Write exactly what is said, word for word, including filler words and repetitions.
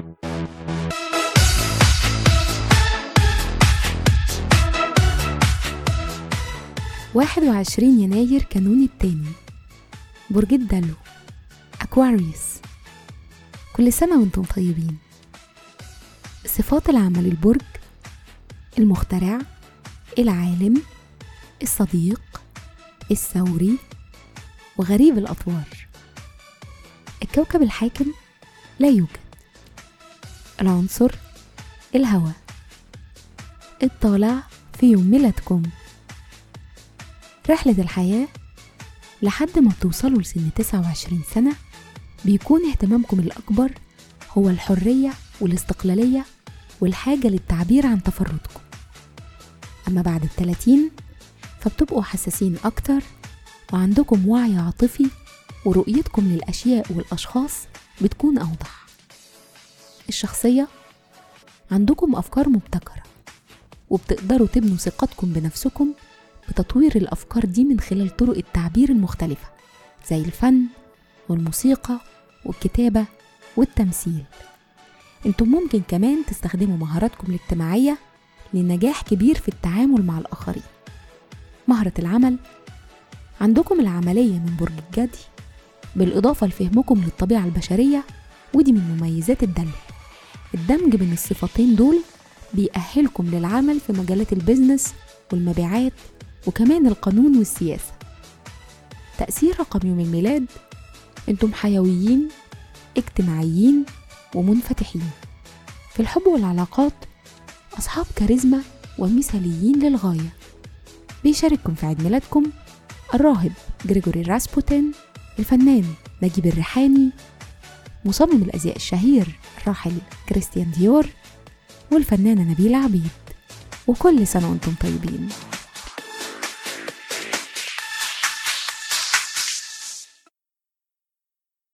واحد وعشرين يناير كانون التاني، برج الدلو، أكواريوس. كل سنة وانتم طيبين. صفات العمل البرج: المخترع، العالم، الصديق، الثوري، وغريب الأطوار. الكوكب الحاكم لا يوجد. العنصر الهواء. الطالع في يوم ميلادكم. رحلة الحياة لحد ما بتوصلوا لسن تسعة وعشرين سنة بيكون اهتمامكم الأكبر هو الحرية والاستقلالية والحاجة للتعبير عن تفردكم. أما بعد الثلاثين فبتبقوا حساسين أكتر وعندكم وعي عاطفي، ورؤيتكم للأشياء والأشخاص بتكون أوضح. الشخصية: عندكم أفكار مبتكرة وبتقدروا تبنوا ثقتكم بنفسكم بتطوير الأفكار دي من خلال طرق التعبير المختلفة زي الفن والموسيقى والكتابة والتمثيل. انتم ممكن كمان تستخدموا مهاراتكم الاجتماعية لنجاح كبير في التعامل مع الآخرين. مهارة العمل: عندكم العملية من برج الجدي بالإضافة لفهمكم للطبيعة البشرية، ودي من مميزات الدلو. الدمج بين الصفتين دول بيأهلكم للعمل في مجالات البيزنس والمبيعات وكمان القانون والسياسة. تأثير رقم يوم الميلاد: انتم حيويين، اجتماعيين، ومنفتحين. في الحب والعلاقات أصحاب كاريزما ومثاليين للغاية. بيشارككم في عيد ميلادكم الراهب غريغوري راسبوتين، الفنان نجيب الريحاني، مصمم الأزياء الشهير الراحل كريستيان ديور، والفنانة نبيلة عبيد. وكل سنة وانتم طيبين.